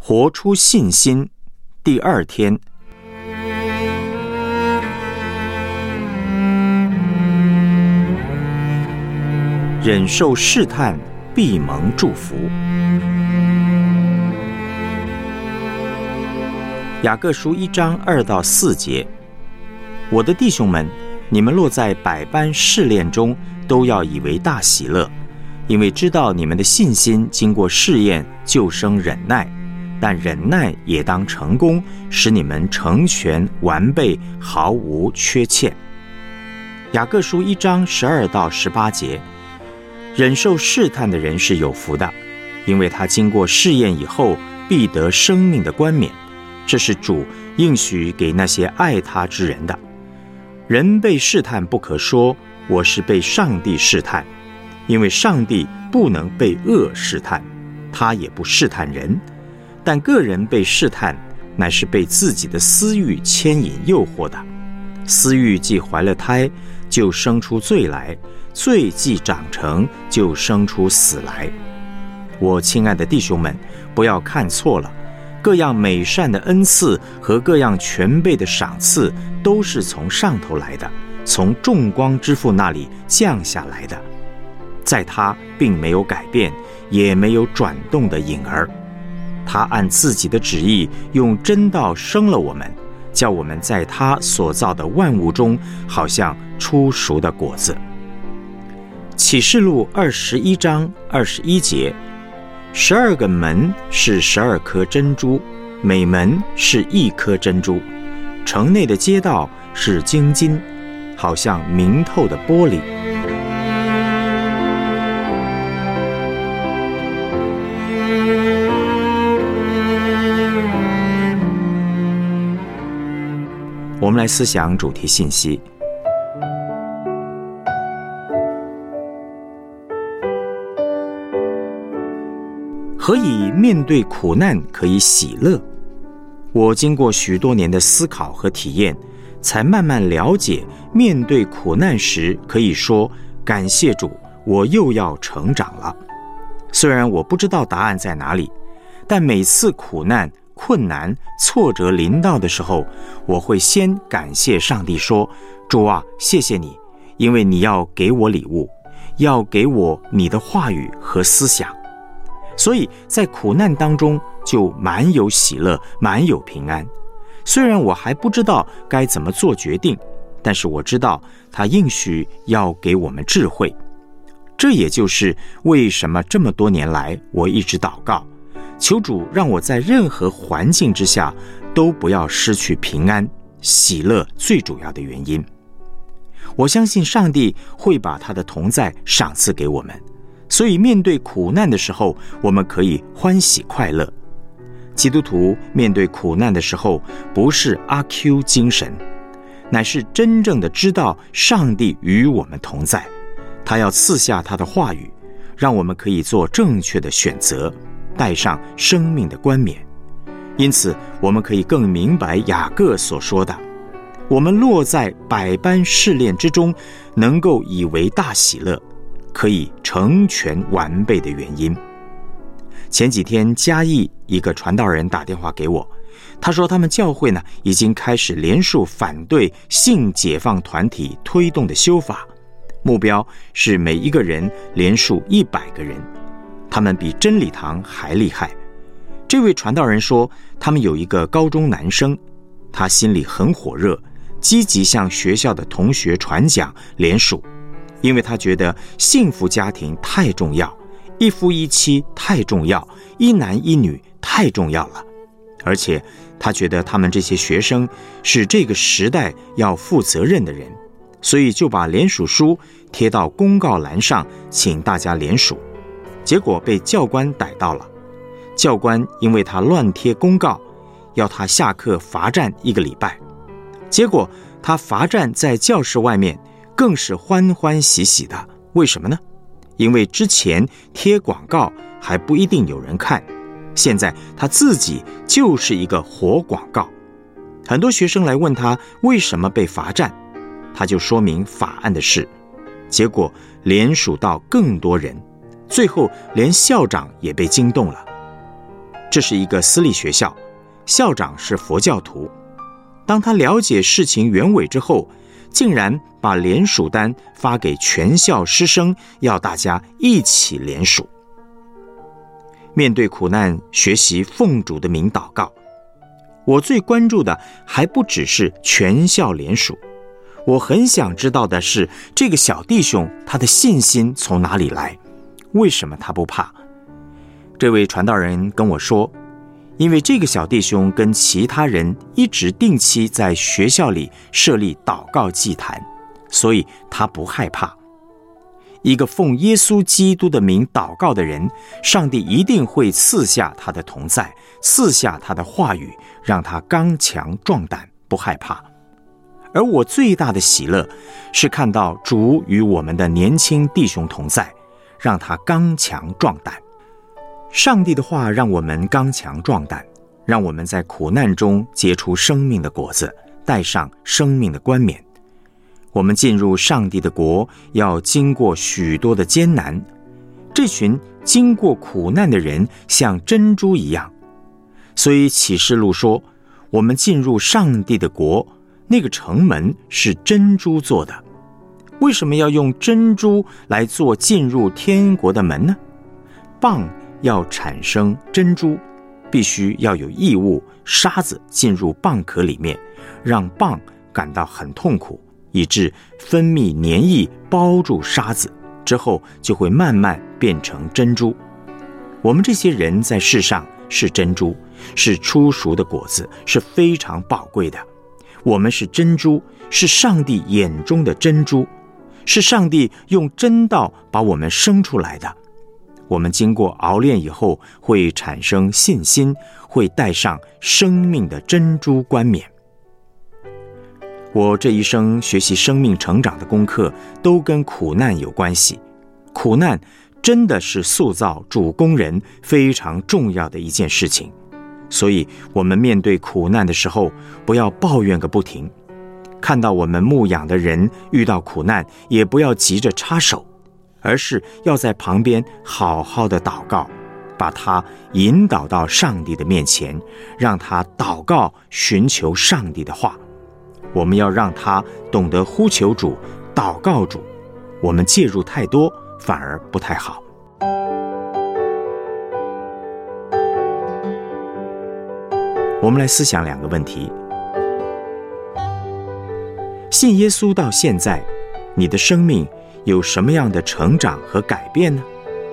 活出信心，第2天。忍受试探，必蒙祝福。雅各书1章2到4节，我的弟兄们，你们落在百般试炼中，都要以为大喜乐，因为知道你们的信心经过试验，就生忍耐。但忍耐也当成功，使你们成全完备，毫无缺欠。雅各书1章12到18节，忍受试探的人是有福的，因为他经过试验以后，必得生命的冠冕。这是主应许给那些爱他之人的。人被试探，不可说我是被上帝试探，因为上帝不能被恶试探，他也不试探人。但个人被试探，乃是被自己的私欲牵引诱惑的。私欲既怀了胎，就生出罪来；罪既长成，就生出死来。我亲爱的弟兄们，不要看错了，各样美善的恩赐和各样全备的赏赐，都是从上头来的，从众光之父那里降下来的。在他并没有改变，也没有转动的影儿。他按自己的旨意，用真道生了我们，叫我们在他所造的万物中，好像出熟的果子。启示录21章21节，12个门是12颗珍珠，每门是1颗珍珠。城内的街道是精金，好像明透的玻璃。我们来思想主题信息。何以面对苦难可以喜乐？我经过许多年的思考和体验，才慢慢了解，面对苦难时可以说感谢主，我又要成长了。虽然我不知道答案在哪里，但每次苦难、困难、挫折临到的时候，我会先感谢上帝说，主啊，谢谢你，因为你要给我礼物，要给我你的话语和思想。所以在苦难当中就满有喜乐，满有平安。虽然我还不知道该怎么做决定，但是我知道他应许要给我们智慧。这也就是为什么这么多年来我一直祷告，求主让我在任何环境之下都不要失去平安、喜乐最主要的原因。我相信上帝会把他的同在赏赐给我们，所以面对苦难的时候，我们可以欢喜快乐。基督徒面对苦难的时候，不是阿 Q 精神，乃是真正的知道上帝与我们同在，他要赐下他的话语，让我们可以做正确的选择，带上生命的冠冕。因此我们可以更明白雅各所说的，我们落在百般试炼之中，能够以为大喜乐，可以成全完备的原因。前几天嘉义一个传道人打电话给我，他说他们教会呢已经开始连署反对性解放团体推动的修法，目标是每一个人连署100个人，他们比真理堂还厉害。这位传道人说，他们有一个高中男生，他心里很火热，积极向学校的同学传讲连署，因为他觉得幸福家庭太重要，一夫一妻太重要，一男一女太重要了。而且他觉得他们这些学生是这个时代要负责任的人，所以就把连署书贴到公告栏上，请大家连署。结果被教官逮到了。教官因为他乱贴公告，要他下课罚站1个礼拜。结果他罚站在教室外面，更是欢欢喜喜的。为什么呢？因为之前贴广告还不一定有人看，现在他自己就是一个活广告。很多学生来问他为什么被罚站，他就说明法案的事。结果连署到更多人，最后连校长也被惊动了。 这是一个私立学校，校长是佛教徒。当他了解事情原委之后，竟然把联署单发给全校师生，要大家一起联署。面对苦难，学习奉主的名祷告。我最关注的还不只是全校联署，我很想知道的是，这个小弟兄他的信心从哪里来？为什么他不怕？这位传道人跟我说，因为这个小弟兄跟其他人一直定期在学校里设立祷告祭坛，所以他不害怕。一个奉耶稣基督的名祷告的人，上帝一定会赐下他的同在，赐下他的话语，让他刚强壮胆，不害怕。而我最大的喜乐是看到主与我们的年轻弟兄同在，让他刚强壮胆。上帝的话让我们刚强壮胆，让我们在苦难中结出生命的果子，带上生命的冠冕。我们进入上帝的国，要经过许多的艰难。这群经过苦难的人像珍珠一样，所以启示录说，我们进入上帝的国，那个城门是珍珠做的。为什么要用珍珠来做进入天国的门呢？蚌要产生珍珠，必须要有异物沙子进入蚌壳里面，让蚌感到很痛苦，以致分泌粘液包住沙子，之后就会慢慢变成珍珠。我们这些人在世上是珍珠，是初熟的果子，是非常宝贵的。我们是珍珠，是上帝眼中的珍珠，是上帝用真道把我们生出来的。我们经过熬炼以后，会产生信心，会带上生命的珍珠冠冕。我这一生学习生命成长的功课，都跟苦难有关系。苦难真的是塑造主工人非常重要的一件事情。所以我们面对苦难的时候，不要抱怨个不停。看到我们牧养的人遇到苦难，也不要急着插手，而是要在旁边好好的祷告，把他引导到上帝的面前，让他祷告寻求上帝的话。我们要让他懂得呼求主，祷告主。我们介入太多，反而不太好。我们来思想两个问题。信耶稣到现在，你的生命有什么样的成长和改变呢？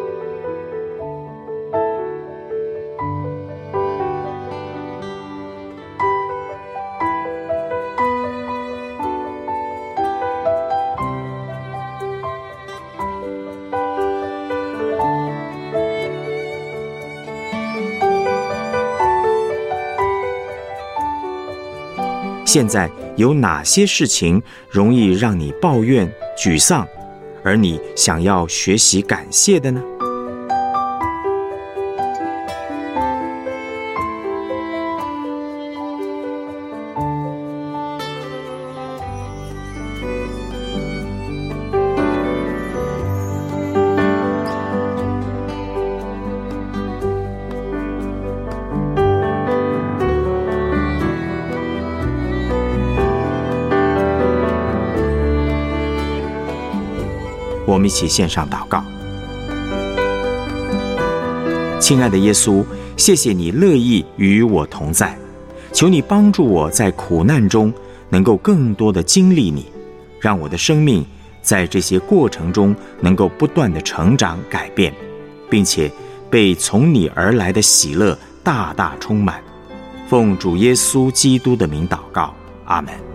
现在有哪些事情容易让你抱怨、沮丧，而你想要学习感谢的呢？我们一起献上祷告。亲爱的耶稣，谢谢你乐意与我同在，求你帮助我在苦难中能够更多的经历你，让我的生命在这些过程中能够不断的成长改变，并且被从你而来的喜乐大大充满。奉主耶稣基督的名祷告，阿们。